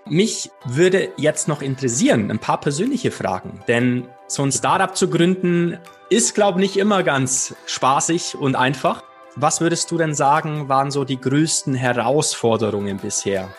Mich würde jetzt noch interessieren, ein paar persönliche Fragen, denn so ein Startup zu gründen ist, glaube ich, nicht immer ganz spaßig und einfach. Was würdest du denn sagen, waren so die größten Herausforderungen bisher?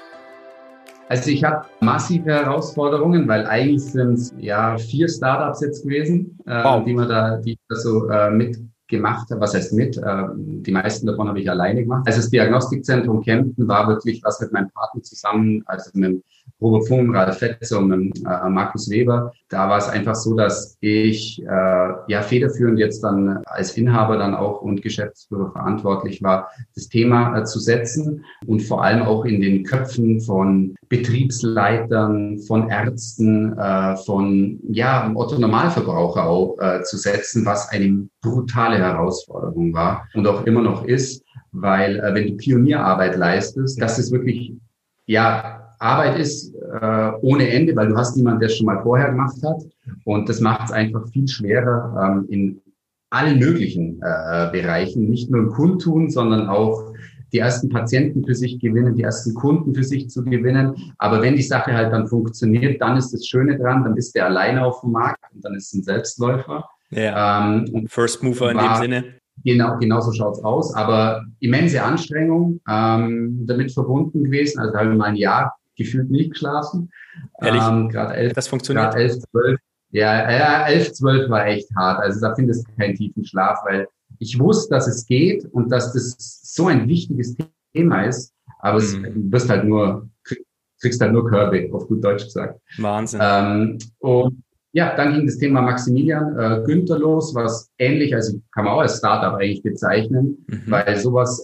Also ich habe massive Herausforderungen, weil eigentlich sind es ja 4 Startups jetzt gewesen, Wow. die ich da so mitgemacht habe. Was heißt mit? Die meisten davon habe ich alleine gemacht. Also das Diagnostikzentrum Kempten war wirklich was mit meinem Partner zusammen, also mit dem Robert Fung, Ralf Fetzer und mit Markus Weber. Da war es einfach so, dass ich ja federführend jetzt dann als Inhaber dann auch und Geschäftsführer verantwortlich war, das Thema zu setzen und vor allem auch in den Köpfen von Betriebsleitern, von Ärzten, von ja Otto Normalverbraucher auch zu setzen, was eine brutale Herausforderung war und auch immer noch ist, weil wenn du Pionierarbeit leistest, dass es wirklich ja Arbeit ist ohne Ende, weil du hast niemanden, der es schon mal vorher gemacht hat und das macht es einfach viel schwerer in allen möglichen Bereichen, nicht nur im Kundtun, sondern auch die ersten Patienten für sich gewinnen, die ersten Kunden für sich zu gewinnen. Aber wenn die Sache halt dann funktioniert, dann ist das Schöne dran, dann bist du alleine auf dem Markt und dann ist es ein Selbstläufer. Ja, Und First Mover in dem Sinne. Genau so schaut's aus. Aber immense Anstrengung damit verbunden gewesen. Also da habe ich mal ein Jahr gefühlt nicht geschlafen. Ehrlich, Gerade 11, das funktioniert? gerade 11, 12. Ja, 11, 12 war echt hart. Also da findest du keinen tiefen Schlaf, weil ich wusste, dass es geht und dass das so ein wichtiges Thema ist. Aber du wirst halt kriegst halt nur Körbe, auf gut Deutsch gesagt. Wahnsinn. Und ja, dann ging das Thema Maximilian Günther los, was ähnlich, also kann man auch als Startup eigentlich bezeichnen, weil sowas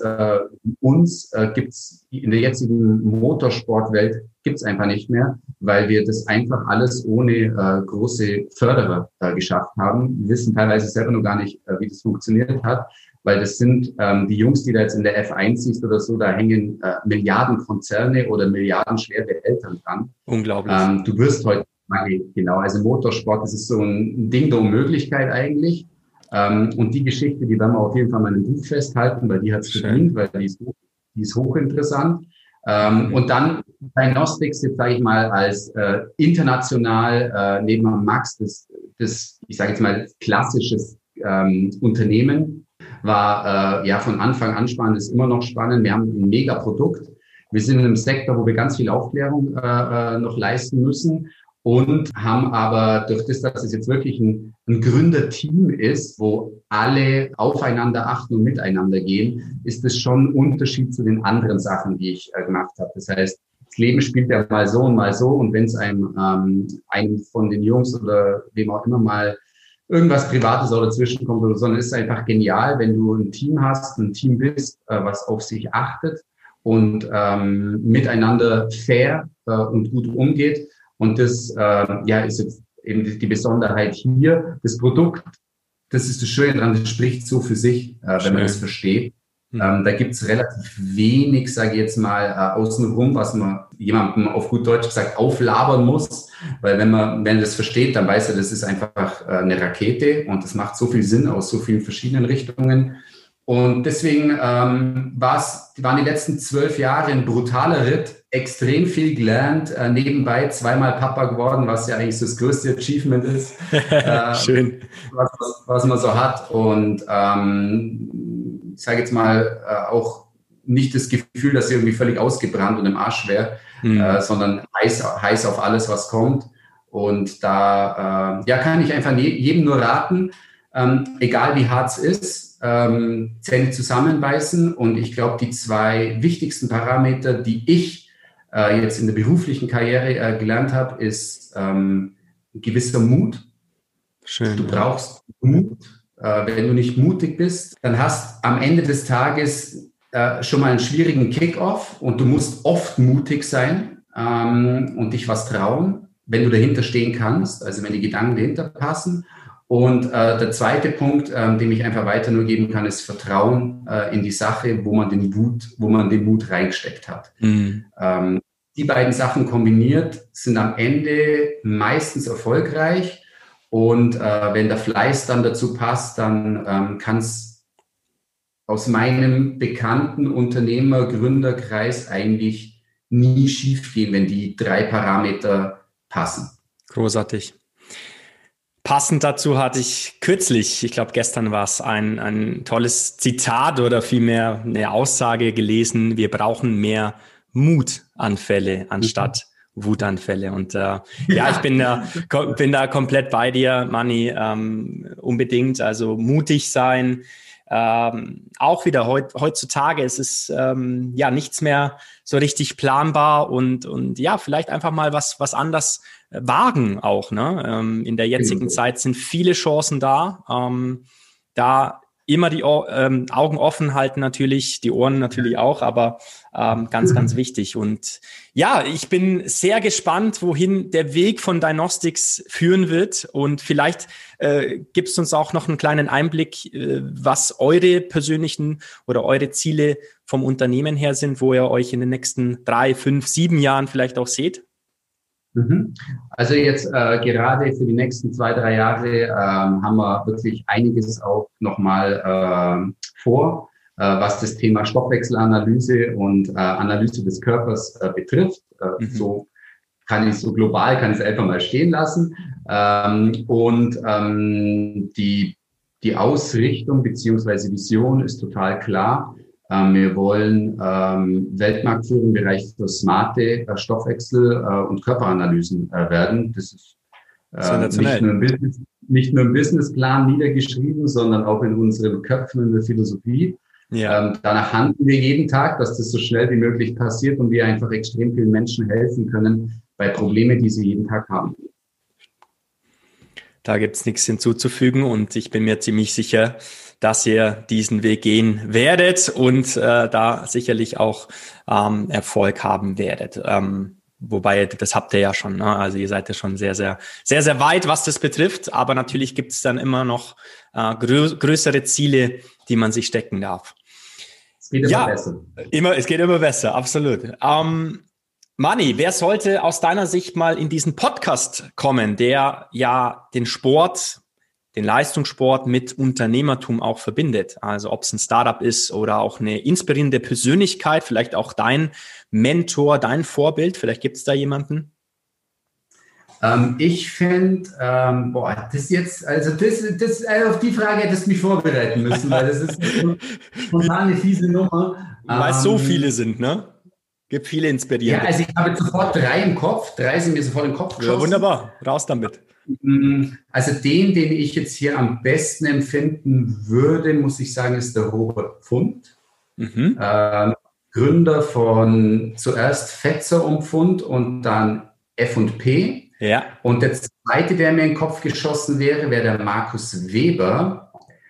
uns gibt's in der jetzigen Motorsportwelt gibt's einfach nicht mehr, weil wir das einfach alles ohne große Förderer geschafft haben. Wir wissen teilweise selber noch gar nicht, wie das funktioniert hat, weil das sind die Jungs, die da jetzt in der F1 siehst oder so, da hängen Milliardenkonzerne oder milliardenschwere Eltern dran. Unglaublich. Du wirst heute genau, also Motorsport, das ist so ein Ding der Unmöglichkeit eigentlich. Und die Geschichte, die werden wir auf jeden Fall mal in einem Buch festhalten, weil die hat es verdient, weil die ist hochinteressant. Und dann Diagnostics, jetzt sage ich mal, als international neben Max, das ich sage jetzt mal, klassisches Unternehmen, war ja von Anfang an spannend, ist immer noch spannend. Wir haben ein Mega-Produkt. Wir sind in einem Sektor, wo wir ganz viel Aufklärung noch leisten müssen. Und haben aber durch das, dass es jetzt wirklich ein Gründerteam ist, wo alle aufeinander achten und miteinander gehen, ist es schon ein Unterschied zu den anderen Sachen, die ich gemacht habe. Das heißt, das Leben spielt ja mal so und mal so. Und wenn es einem von den Jungs oder wem auch immer mal irgendwas Privates oder dazwischen kommt oder so, dann ist es einfach genial, wenn du ein Team hast, ein Team bist, was auf sich achtet und miteinander fair und gut umgeht. Und das ja ist jetzt eben die Besonderheit hier. Das Produkt, das ist das Schöne daran, das spricht so für sich, wenn man das versteht. Da gibt's relativ wenig, sage ich jetzt mal, außenrum, was man jemandem auf gut Deutsch gesagt auflabern muss. Weil wenn man das versteht, dann weiß er, das ist einfach eine Rakete und das macht so viel Sinn aus so vielen verschiedenen Richtungen. Und deswegen waren die letzten 12 Jahre ein brutaler Ritt, extrem viel gelernt, nebenbei zweimal Papa geworden, was ja eigentlich so das größte Achievement ist, Schön. was man so hat. Und ich sage jetzt mal auch nicht das Gefühl, dass ich irgendwie völlig ausgebrannt und im Arsch wäre, sondern heiß auf alles, was kommt. Und da ja, kann ich einfach jedem nur raten, egal wie hart es ist, Zähne zusammenbeißen. Und ich glaube, die 2 wichtigsten Parameter, die ich jetzt in der beruflichen Karriere gelernt habe, ist ein gewisser Mut. Schön. Du brauchst Mut. Wenn du nicht mutig bist, dann hast am Ende des Tages schon mal einen schwierigen Kick-off und du musst oft mutig sein und dich was trauen, wenn du dahinter stehen kannst, also wenn die Gedanken dahinter passen. Und der zweite Punkt, den ich einfach weiter nur geben kann, ist Vertrauen in die Sache, wo man den Mut reingesteckt hat. Die beiden Sachen kombiniert sind am Ende meistens erfolgreich. Und wenn der Fleiß dann dazu passt, dann kann es aus meinem bekannten Unternehmer-Gründerkreis eigentlich nie schief gehen, wenn die 3 Parameter passen. Großartig. Passend dazu hatte ich kürzlich, ich glaube gestern war es, ein tolles Zitat oder vielmehr eine Aussage gelesen, wir brauchen mehr Mutanfälle anstatt Wutanfälle. Und ich bin da komplett bei dir, Manni, unbedingt. Also mutig sein. Auch wieder heutzutage, es ist nichts mehr so richtig planbar und vielleicht einfach mal was anders wagen auch. Ne? In der jetzigen Zeit sind viele Chancen da. Da immer die Augen offen halten natürlich, die Ohren natürlich auch, aber ganz, ganz wichtig. Und ja, ich bin sehr gespannt, wohin der Weg von Diagnostics führen wird. Und vielleicht gibst du uns auch noch einen kleinen Einblick, was eure persönlichen oder eure Ziele vom Unternehmen her sind, wo ihr euch in den nächsten 3, 5, 7 Jahren vielleicht auch seht. Also jetzt gerade für die nächsten 2, 3 Jahre haben wir wirklich einiges auch nochmal vor, was das Thema Stoffwechselanalyse und Analyse des Körpers betrifft. So global kann ich es einfach mal stehen lassen. Die Ausrichtung beziehungsweise Vision ist total klar. Wir wollen Weltmarktführer im Bereich für smarte Stoffwechsel- und Körperanalysen werden. Das ist nicht nur im Businessplan niedergeschrieben, sondern auch in unseren Köpfen, in der Philosophie. Ja. Danach handeln wir jeden Tag, dass das so schnell wie möglich passiert und wir einfach extrem vielen Menschen helfen können bei Problemen, die sie jeden Tag haben. Da gibt es nichts hinzuzufügen und ich bin mir ziemlich sicher, dass ihr diesen Weg gehen werdet und da sicherlich auch Erfolg haben werdet. Wobei, das habt ihr ja schon, ne? Also ihr seid ja schon sehr, sehr, sehr, sehr weit, was das betrifft. Aber natürlich gibt es dann immer noch größere Ziele, die man sich stecken darf. Es geht immer besser. Es geht immer besser, absolut. Manni, wer sollte aus deiner Sicht mal in diesen Podcast kommen, der ja den Leistungssport mit Unternehmertum auch verbindet? Also ob es ein Startup ist oder auch eine inspirierende Persönlichkeit, vielleicht auch dein Mentor, dein Vorbild, vielleicht gibt es da jemanden? Ich finde, auf die Frage hättest du mich vorbereiten müssen, weil das ist spontan eine fiese Nummer. Weil es so viele sind, ne? Gibt viele inspirierende. Ja, also ich habe sofort 3 im Kopf. 3 sind mir sofort im Kopf geschossen. Ja, wunderbar, raus damit. Also den ich jetzt hier am besten empfinden würde, muss ich sagen, ist der Robert Pfund. Gründer von zuerst Fetzer & Pfund und dann F&P. Ja. Und der zweite, der mir in den Kopf geschossen wäre, wäre der Markus Weber,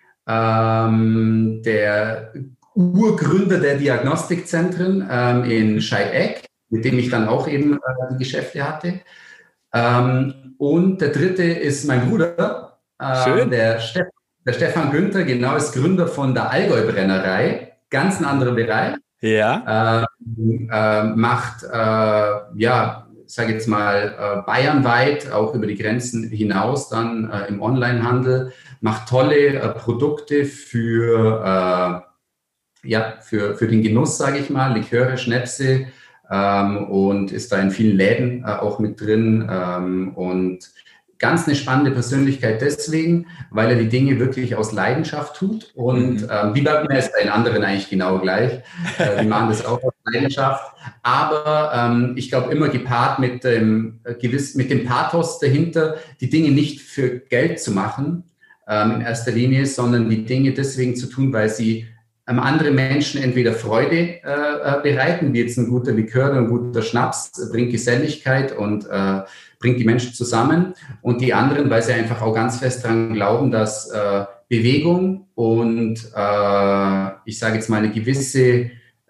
der Urgründer der Diagnostikzentren in Scheideck, mit dem ich dann auch eben die Geschäfte hatte. Und der dritte ist mein Bruder, der Stefan Günther, genau, ist Gründer von der Allgäu-Brennerei, ganz ein anderer Bereich. Ja. Macht, sage jetzt mal, bayernweit, auch über die Grenzen hinaus, dann im Onlinehandel, macht tolle Produkte für den Genuss, sage ich mal, Liköre, Schnäpse, und ist da in vielen Läden auch mit drin und ganz eine spannende Persönlichkeit deswegen, weil er die Dinge wirklich aus Leidenschaft tut und wie bei mir ist bei den anderen eigentlich genau gleich. Die machen das auch aus Leidenschaft, aber ich glaube immer gepaart mit dem Pathos dahinter, die Dinge nicht für Geld zu machen in erster Linie, sondern die Dinge deswegen zu tun, weil sie andere Menschen entweder Freude bereiten, wie jetzt ein guter Likör oder ein guter Schnaps, bringt Geselligkeit und bringt die Menschen zusammen. Und die anderen, weil sie einfach auch ganz fest daran glauben, dass Bewegung und ich sage jetzt mal eine gewisse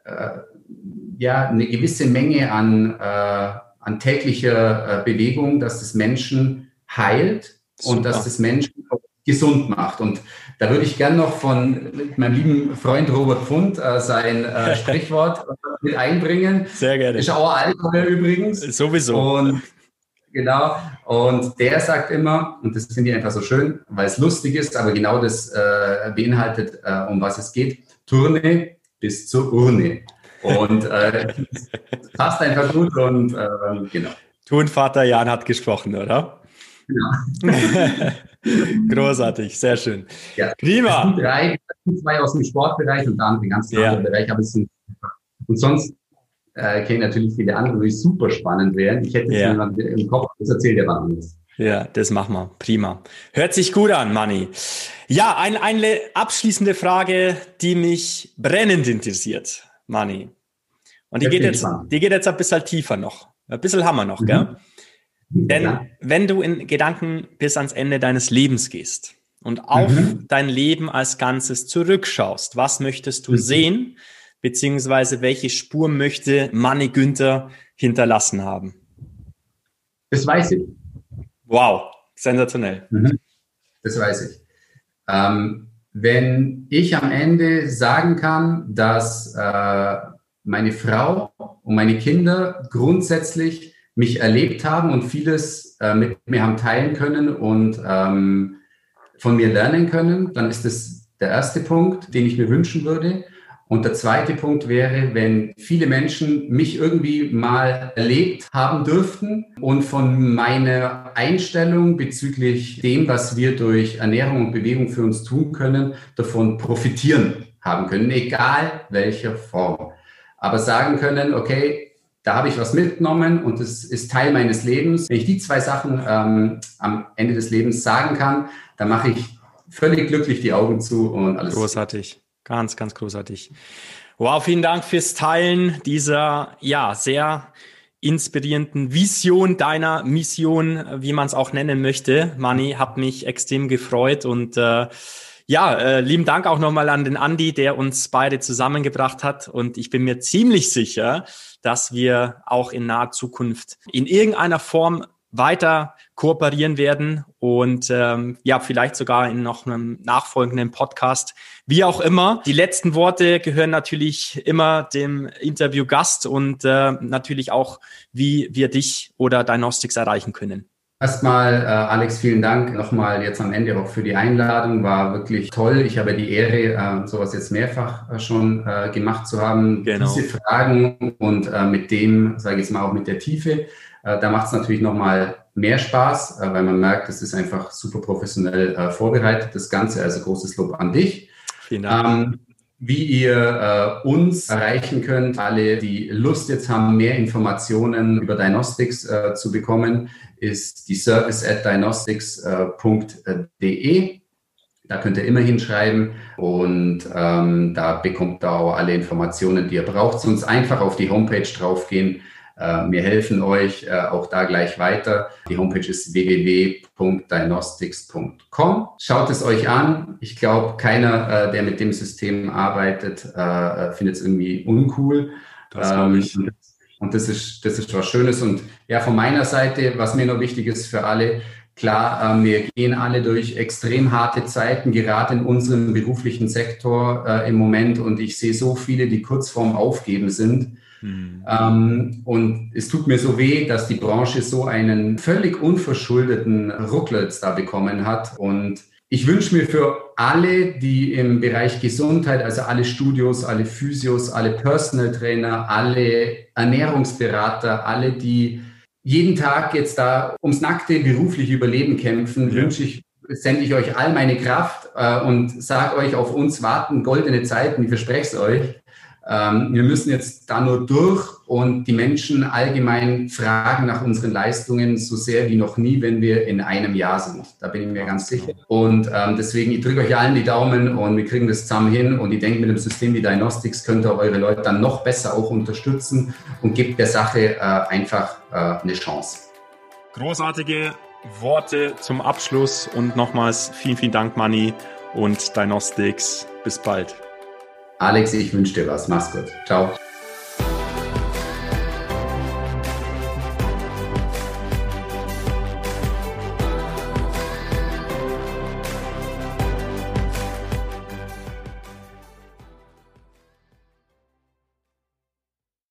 Menge an täglicher Bewegung, dass das Menschen heilt. Super. Und dass das Menschen auch gesund macht. Und da würde ich gerne noch von meinem lieben Freund Robert Pfund sein Sprichwort mit einbringen. Sehr gerne. Ist auch Allgäuer übrigens. Sowieso. Und genau. Und der sagt immer, und das finde ich einfach so schön, weil es lustig ist, aber genau das beinhaltet, um was es geht, Turne bis zur Urne. Und das passt einfach gut und genau. Vater Jan hat gesprochen, oder? Genau. Großartig, sehr schön. Ja. Prima. Es sind zwei aus dem Sportbereich und dann den ganzen anderen Bereich, aber es sind, und sonst kenne ich natürlich viele andere, die super spannend wären. Ich hätte jetzt jemanden im Kopf, das erzählt der was anderes. Ja, das machen wir. Prima. Hört sich gut an, Manni. Ja, eine abschließende Frage, die mich brennend interessiert, Manni. Und die geht jetzt ein bisschen tiefer noch. Ein bisschen haben wir noch, gell? Denn wenn du in Gedanken bis ans Ende deines Lebens gehst und auf dein Leben als Ganzes zurückschaust, was möchtest du sehen, beziehungsweise welche Spur möchte Manni Günther hinterlassen haben? Das weiß ich. Wow, sensationell. Das weiß ich. Wenn ich am Ende sagen kann, dass meine Frau und meine Kinder grundsätzlich mich erlebt haben und vieles mit mir haben teilen können und von mir lernen können, dann ist das der erste Punkt, den ich mir wünschen würde. Und der zweite Punkt wäre, wenn viele Menschen mich irgendwie mal erlebt haben dürften und von meiner Einstellung bezüglich dem, was wir durch Ernährung und Bewegung für uns tun können, davon profitieren haben können, egal welcher Form. Aber sagen können, okay, da habe ich was mitgenommen und das ist Teil meines Lebens. Wenn ich die zwei Sachen am Ende des Lebens sagen kann, dann mache ich völlig glücklich die Augen zu und alles. Großartig. Ganz, ganz großartig. Wow, vielen Dank fürs Teilen dieser, sehr inspirierenden Vision, deiner Mission, wie man es auch nennen möchte. Manni, hat mich extrem gefreut und lieben Dank auch nochmal an den Andi, der uns beide zusammengebracht hat und ich bin mir ziemlich sicher, dass wir auch in naher Zukunft in irgendeiner Form weiter kooperieren werden und vielleicht sogar in noch einem nachfolgenden Podcast, wie auch immer. Die letzten Worte gehören natürlich immer dem Interviewgast und natürlich auch, wie wir dich oder Diagnostics erreichen können. Erstmal, Alex, vielen Dank nochmal jetzt am Ende auch für die Einladung. War wirklich toll. Ich habe die Ehre, sowas jetzt mehrfach schon gemacht zu haben. Genau. Diese Fragen und mit dem, sage ich jetzt mal, auch mit der Tiefe, da macht es natürlich nochmal mehr Spaß, weil man merkt, es ist einfach super professionell vorbereitet, das Ganze. Also großes Lob an dich. Vielen Dank. Wie ihr uns erreichen könnt, alle, die Lust jetzt haben, mehr Informationen über Diagnostics zu bekommen, ist die service@diagnostics.de. Da könnt ihr immer hinschreiben und da bekommt ihr auch alle Informationen, die ihr braucht. Sonst einfach auf die Homepage draufgehen. Wir helfen euch auch da gleich weiter. Die Homepage ist www.diagnostics.com. Schaut es euch an. Ich glaube, keiner, der mit dem System arbeitet, findet es irgendwie uncool. Das glaube ich. Und das ist was Schönes. Und ja, von meiner Seite, was mir noch wichtig ist für alle, klar, wir gehen alle durch extrem harte Zeiten, gerade in unserem beruflichen Sektor im Moment. Und ich sehe so viele, die kurz vorm Aufgeben sind. Und es tut mir so weh, dass die Branche so einen völlig unverschuldeten Ruckler jetzt da bekommen hat. Und ich wünsche mir für alle, die im Bereich Gesundheit, also alle Studios, alle Physios, alle Personal Trainer, alle Ernährungsberater, alle, die jeden Tag jetzt da ums nackte berufliche Überleben kämpfen, sende ich euch all meine Kraft und sage euch, auf uns warten goldene Zeiten, ich verspreche es euch. Wir müssen jetzt da nur durch und die Menschen allgemein fragen nach unseren Leistungen so sehr wie noch nie, wenn wir in einem Jahr sind. Da bin ich mir ganz sicher. Und deswegen, ich drücke euch allen die Daumen und wir kriegen das zusammen hin. Und ich denke, mit dem System wie Diagnostics könnt ihr eure Leute dann noch besser auch unterstützen und gebt der Sache einfach eine Chance. Großartige Worte zum Abschluss und nochmals vielen, vielen Dank, Manni und Diagnostics. Bis bald. Alex, ich wünsche dir was. Mach's gut. Ciao.